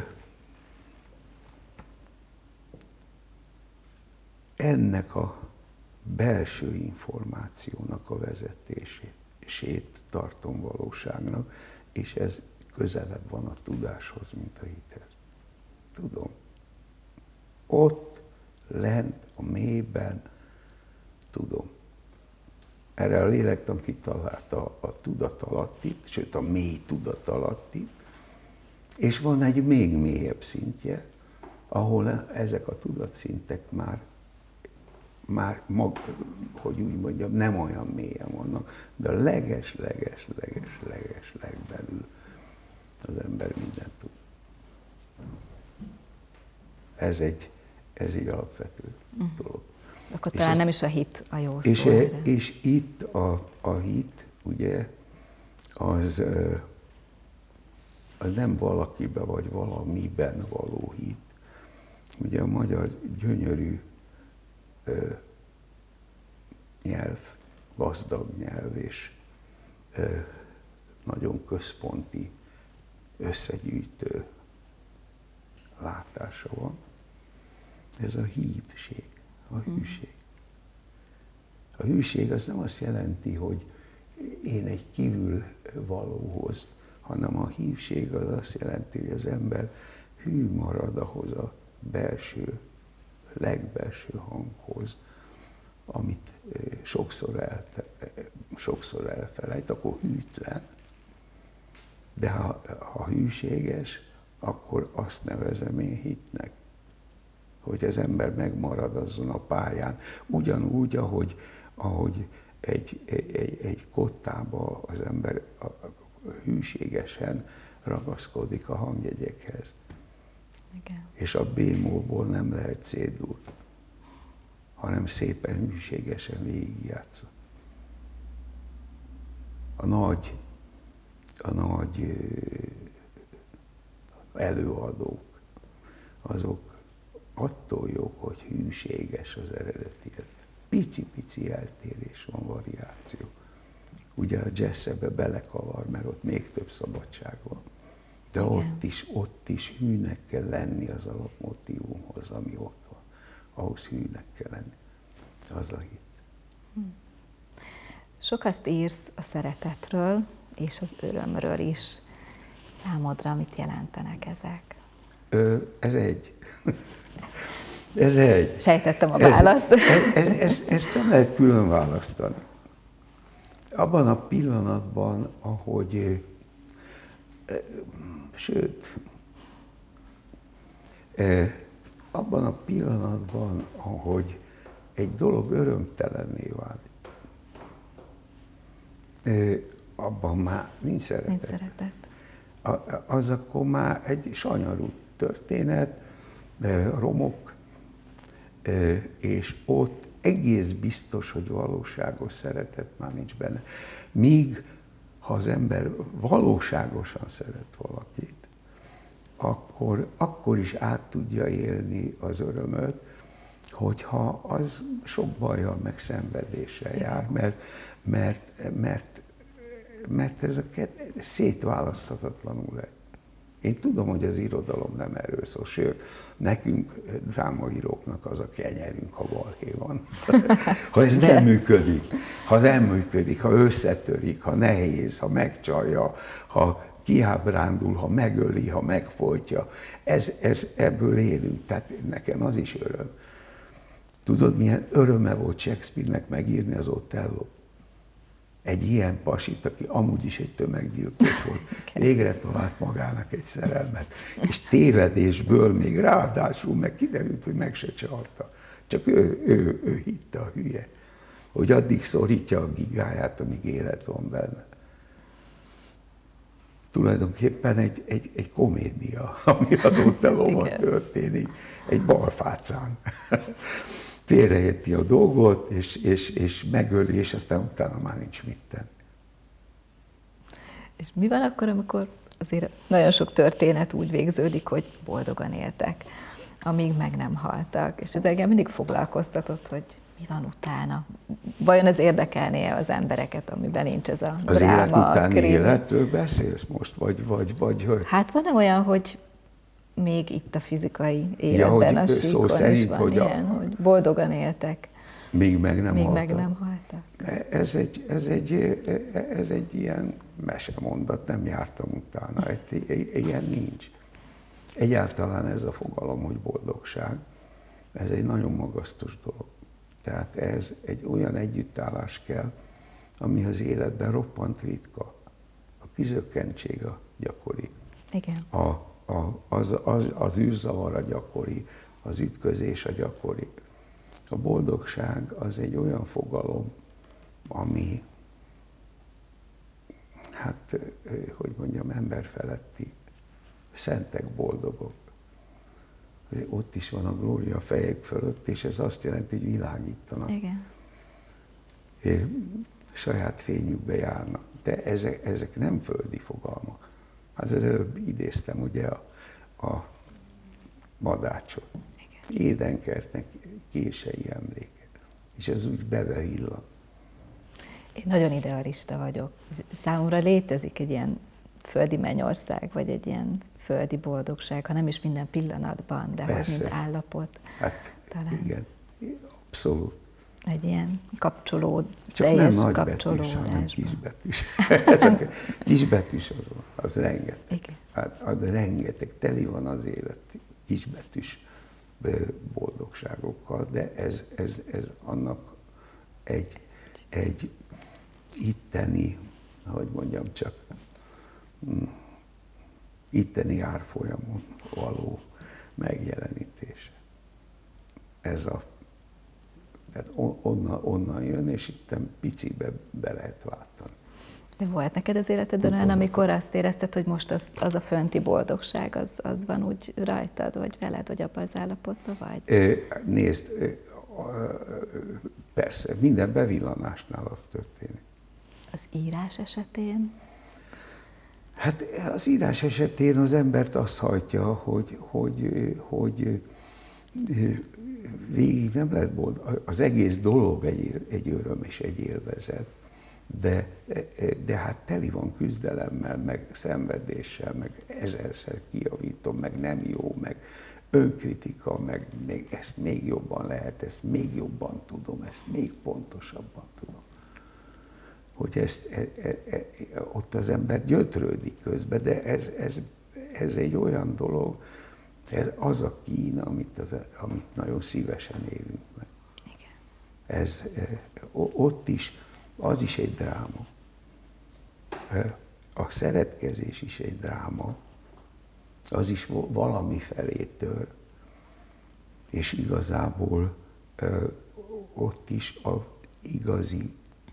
ennek a belső információnak a vezetését tartom valóságnak, és ez közelebb van a tudáshoz, mint a hithez. Tudom. Ott, lent, a mélyben, tudom. Erre a lélektan kitalálta a tudatalattit, sőt a mély tudatalattit, és van egy még mélyebb szintje, ahol ezek a tudatszintek már, már mag, hogy úgy mondjam, nem olyan mélyen vannak, de a leges, leges, leges, leges, legbelül az ember mindent tud. Ez egy, ez egy alapvető uh-huh. dolog. Akkor és talán ez, nem is a hit a jó és szó. E, és itt a, a hit, ugye, az, az nem valakibe vagy valamiben való hit. Ugye a magyar gyönyörű ö, nyelv, gazdag nyelv és ö, nagyon központi, összegyűjtő látása van. Ez a hívség, a hűség. A hűség az nem azt jelenti, hogy én egy kívülvalóhoz, hanem a hívség az azt jelenti, hogy az ember hű marad ahhoz a belső, legbelső hanghoz, amit sokszor, elte, sokszor elfelejt, akkor hűtlen. De ha, ha hűséges, akkor azt nevezem én hitnek, hogy az ember megmarad azon a pályán. Ugyanúgy, ahogy, ahogy egy, egy, egy kottába az ember a, a, hűségesen ragaszkodik a hangjegyekhez. Igen. És a bémóból nem lehet cédur, hanem szépen hűségesen végigjátszol. A nagy, a nagy előadók, azok attól jók, hogy hűséges az eredetihez. Pici-pici eltérés van, variáció. Ugye a jazzbe belekavar, mert ott még több szabadság van. De ott is, ott is hűnek kell lenni az alapmotívumhoz, ami ott van. Ahhoz hűnek kell lenni. Az a hit. Hm. Sokat írsz a szeretetről és az örömről is. Számodra mit jelentenek ezek? Ö, ez egy. Ez egy. Sejtettem a választ. Ez, ez, ez, ezt nem lehet külön választani. Abban a pillanatban, ahogy, sőt, abban a pillanatban, ahogy egy dolog örömtelenné válik, abban már nincs szeretet. Nincs szeretet. Az akkor már egy sanyarú történet, romok, és ott egész biztos, hogy valóságos szeretet már nincs benne. Míg ha az ember valóságosan szeret valakit, akkor, akkor is át tudja élni az örömöt, hogyha az sok bajjal meg szenvedéssel jár, mert, mert, mert mert ez a kett, szétválaszthatatlanul egy. Én tudom, hogy az irodalom nem erről szól, sőt, nekünk, drámaíróknak az a kenyerünk, ha balhé van. Ha ez nem működik, ha nem működik, ha összetörik, ha nehéz, ha megcsalja, ha kiábrándul, ha megöli, ha megfojtja, ez, ez, ebből élünk, tehát nekem az is öröm. Tudod, milyen öröme volt Shakespeare-nek megírni az Othello? Egy ilyen pasit, aki amúgy is egy tömeggyilkos volt, végre talált magának egy szerelmet, és tévedésből még ráadásul meg kiderült, hogy meg se csalta. Csak ő, ő, ő hitte, a hülye, hogy addig szorítja a gigáját, amíg élet van benne. Tulajdonképpen egy, egy, egy komédia, ami az Othelloval történik, egy balfácán. Félreérti a dolgot, és, és, és megöli, és aztán utána már nincs mit tenni. És mi van akkor, amikor azért nagyon sok történet úgy végződik, hogy boldogan éltek, amíg meg nem haltak, és ez engem mindig foglalkoztatott, hogy mi van utána. Vajon ez érdekelné az embereket, amiben nincs ez a az dráma, élet utáni krimi? életről beszélsz most? Vagy, vagy, vagy, hogy... Hát van-e olyan, hogy még itt a fizikai életben, ja, a síkon szerint, is van hogy ilyen, a... hogy boldogan éltek, míg meg nem míg haltak. meg nem haltak. Ez egy, ez, egy, ez egy ilyen mesemondat, nem jártam utána, egy, ilyen nincs. Egyáltalán ez a fogalom, hogy boldogság, ez egy nagyon magasztos dolog. Tehát ez egy olyan együttállás kell, ami az életben roppant ritka. A kizökkentség a gyakori. Igen. A, a, az, az, az űrzavar a gyakori, az ütközés a gyakori. A boldogság az egy olyan fogalom, ami, hát, hogy mondjam, emberfeletti. Szentek boldogok. Ott is van a glória a fejek fölött, és ez azt jelenti, hogy világítanak. Igen. És saját fényükbe járnak. De ezek, ezek nem földi fogalmak. Hát az előbb idéztem ugye a, a madácsot. Igen. Édenkertnek kései emléket. És ez úgy beveillan. Én nagyon idealista vagyok. Számomra létezik egy ilyen földi mennyország, vagy egy ilyen földi boldogság, ha nem is minden pillanatban, de hogy mint állapot. Hát talán. Igen, abszolút. Egy ilyen kapcsolód, csak teljes nem kapcsolódás. Csak nem kisbetűs, hanem kisbetűs. Kisbetűs az, az rengeteg. Igen. Hát, az rengeteg, teli van az élet kisbetűs boldogságokkal, de ez, ez, ez annak egy, egy itteni, hogy mondjam csak, itteni árfolyamon való megjelenítése. Ez a, tehát onnan, onnan jön, és itt picibe be lehet váltani. De volt neked az életedben olyan, amikor azt érezted, hogy most az, az a fönti boldogság, az, az van úgy rajtad, vagy veled, vagy abban az állapotban vagy? Nézd, persze, minden bevillanásnál az történik. Az írás esetén? Hát az írás esetén az embert azt hajtja, hogy, hogy, hogy végig nem lehet boldog. Az egész dolog egy, egy öröm és egy élvezet, de, de hát teli van küzdelemmel, meg szenvedéssel, meg ezerszer kijavítom, meg nem jó, meg önkritika, meg még ezt még jobban lehet, ezt még jobban tudom, ezt még pontosabban tudom. Hogy ezt, e, e, e, ott az ember gyötrődik közben, de ez, ez, ez egy olyan dolog, ez az a Kína, amit, az, amit nagyon szívesen élünk meg. Igen. Ez, ott is, az is egy dráma. A szeretkezés is egy dráma, az is valami felé tör, és igazából ott is az igazi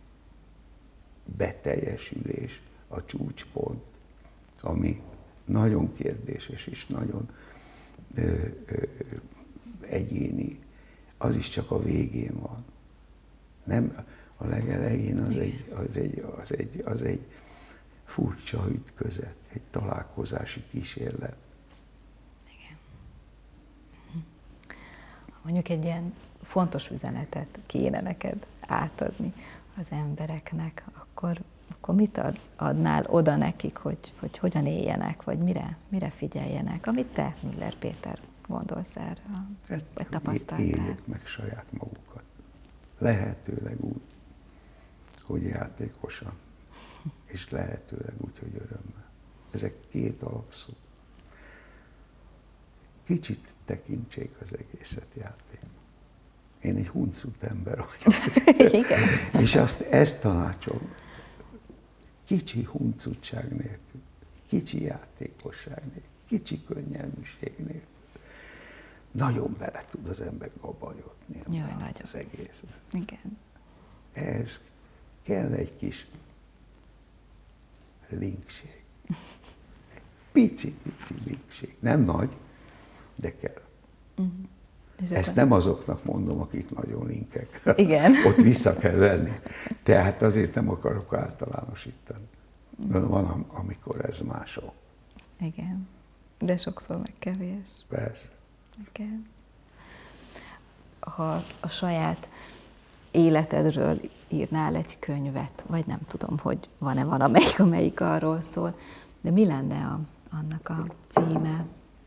beteljesülés, a csúcspont, ami nagyon kérdéses és nagyon ö, ö, egyéni, az is csak a végén van. Nem, a legelején az egy, az egy, az egy, az egy furcsa ütközet, egy találkozási kísérlet. Igen. Mondjuk egy ilyen fontos üzenetet kéne neked átadni az embereknek, akkor, akkor mit ad, adnál oda nekik, hogy, hogy hogyan éljenek, vagy mire, mire figyeljenek, amit te, Müller Péter, gondolsz erről, Ezt vagy tapasztaltál? Éljék meg saját magukat. Lehetőleg úgy, hogy játékosan, és lehetőleg úgy, hogy örömmel. Ezek két alapszó. Kicsit tekintsék az egészet játéknak. Én egy huncut ember vagyok. Igen. És azt, ezt tanácsolom. Kicsi huncutság nélkül, kicsi játékosság nélkül, kicsi könnyelműség nélkül. Nagyon bele tud az ember gabajodni az egészben. Igen. Ehhez kell egy kis linkség. Pici-pici linkség. Nem nagy, de kell. Uh-huh. Ezt nem azoknak mondom, akik nagyon linkek. Igen. Ott vissza kell venni. Tehát azért nem akarok általánosítani. Uh-huh. Van, amikor ez máshol. Igen. De sokszor meg kevés. Persze. Igen. Ha a saját életedről írnál egy könyvet, vagy nem tudom, hogy van-e valamelyik, amelyik arról szól, de mi lenne a, annak a címe?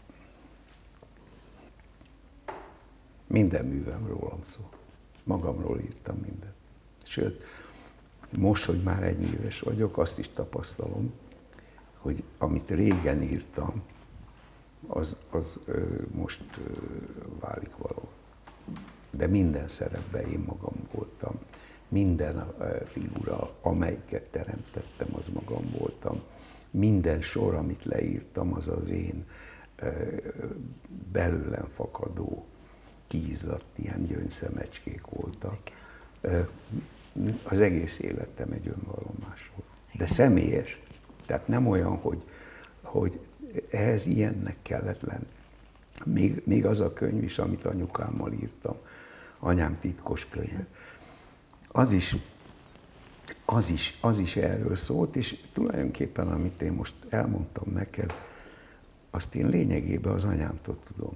Minden művem rólam szól. Magamról írtam mindent. Sőt, most, hogy már ennyi éves vagyok, azt is tapasztalom, hogy amit régen írtam, az, az ö, most ö, válik való. De minden szerepben én magam voltam. Minden ö, figura, amelyiket teremtettem, az magam voltam. Minden sor, amit leírtam, az az én ö, belőlem fakadó, kiizzadt ilyen gyöngyszemecskék voltak. Ö, az egész életem egy önvallomás volt. De személyes. Tehát nem olyan, hogy, hogy ehhez ilyennek kellett lenni. Még, még az a könyv is, amit anyukámmal írtam, anyám titkos könyve. Az is, az is, az is erről szólt, és tulajdonképpen, amit én most elmondtam neked, azt én lényegében az anyámtól tudom.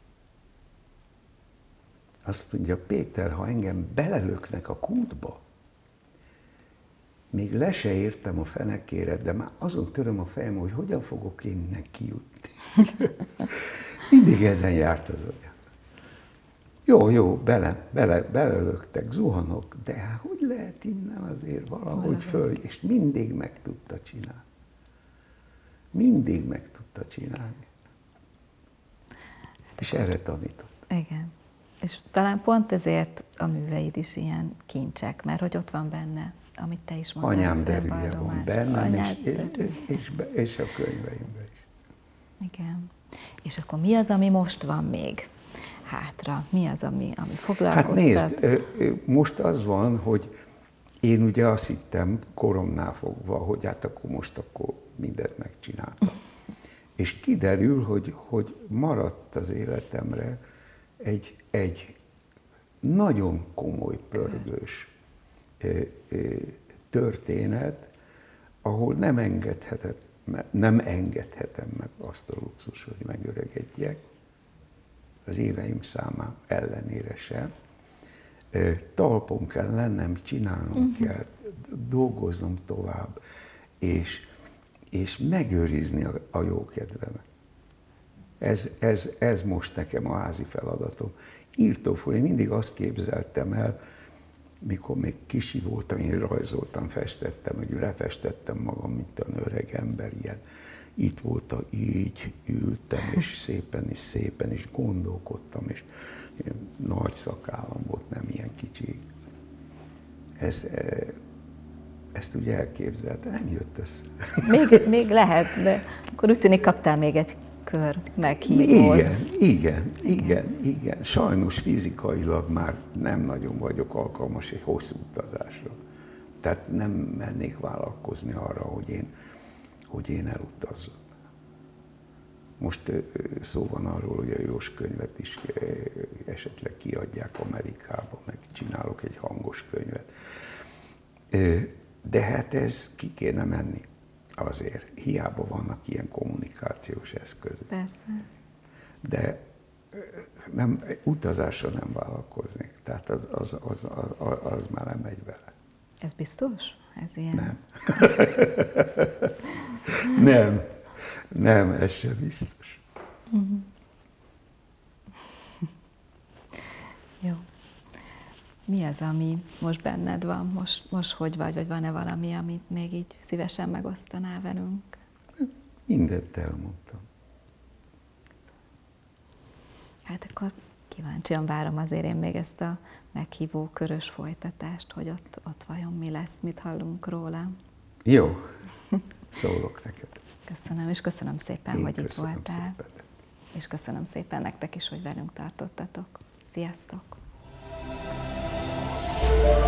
Azt mondja, Péter, ha engem belelöknek a kútba, még le se értem a fenekére, de már azon töröm a fejem, hogy hogyan fogok én innen kijutni. Mindig ezen járt az agyam. Jó, jó, bele, bele, belelöktek, zuhanok, de hát hogy lehet innen azért valahogy föl, és mindig meg tudta csinálni. Mindig meg tudta csinálni. És erre tanított. Igen. És talán pont ezért a műveid is ilyen kincsek, mert hogy ott van benne, amit te is mondtál. Anyám derűje van bennem, és, és, és, és a könyveimben is. Igen. És akkor mi az, ami most van még hátra? Mi az, ami, ami foglalkoztat? Hát nézd, most az van, hogy én ugye azt hittem koromnál fogva, hogy hát akkor most akkor mindent megcsináltam. És kiderül, hogy, hogy maradt az életemre egy, egy nagyon komoly, pörgős történet, ahol nem engedhetett, nem engedhetem meg azt a luxus, hogy megöregedjek, az éveim számá ellenére sem. Talpon kell lennem, csinálnom uh-huh. kell, dolgoznom tovább, és, és megőrizni a, a jó kedvemet. Ez, ez, ez most nekem a házi feladatom. Írtófól, én mindig azt képzeltem el, mikor még kisi voltam, én rajzoltam, festettem, hogy lefestettem magam, mint olyan öreg ember, ilyen. Itt volt, a, így ültem, és szépen és szépen, és gondolkodtam, és nagy szakállam volt, nem ilyen kicsi. Ez, ezt ugye elképzelte, nem jött össze. Még, még lehet, de akkor úgy tűnik, kaptál még egy kör meghívót. Igen, igen, igen, igen. Sajnos fizikailag már nem nagyon vagyok alkalmas egy hosszú utazásra. Tehát nem mennék vállalkozni arra, hogy én, hogy én elutazzak. Most szó van arról, hogy a Jós könyvet is esetleg kiadják Amerikába, meg csinálok egy hangos könyvet. De hát ez ki kéne menni azért. Hiába vannak ilyen kommunikációs eszközök. Persze. De nem, utazásra nem vállalkoznék. Tehát az, az, az, az, az már nem megy vele. Ez biztos? ez ilyen. Nem. nem, nem, ez sem biztos. Uh-huh. Jó. Mi az, ami most benned van? Most, most hogy vagy, vagy van-e valami, amit még így szívesen megosztanál velünk? Mindent elmondtam. Hát akkor kíváncsian várom azért én még ezt a meghívó körös folytatást, hogy ott, ott vajon mi lesz, mit hallunk róla. Jó, szólok neked. Köszönöm, és köszönöm szépen, Én hogy itt köszönöm voltál. Szépen. És köszönöm szépen nektek is, hogy velünk tartottatok. Sziasztok!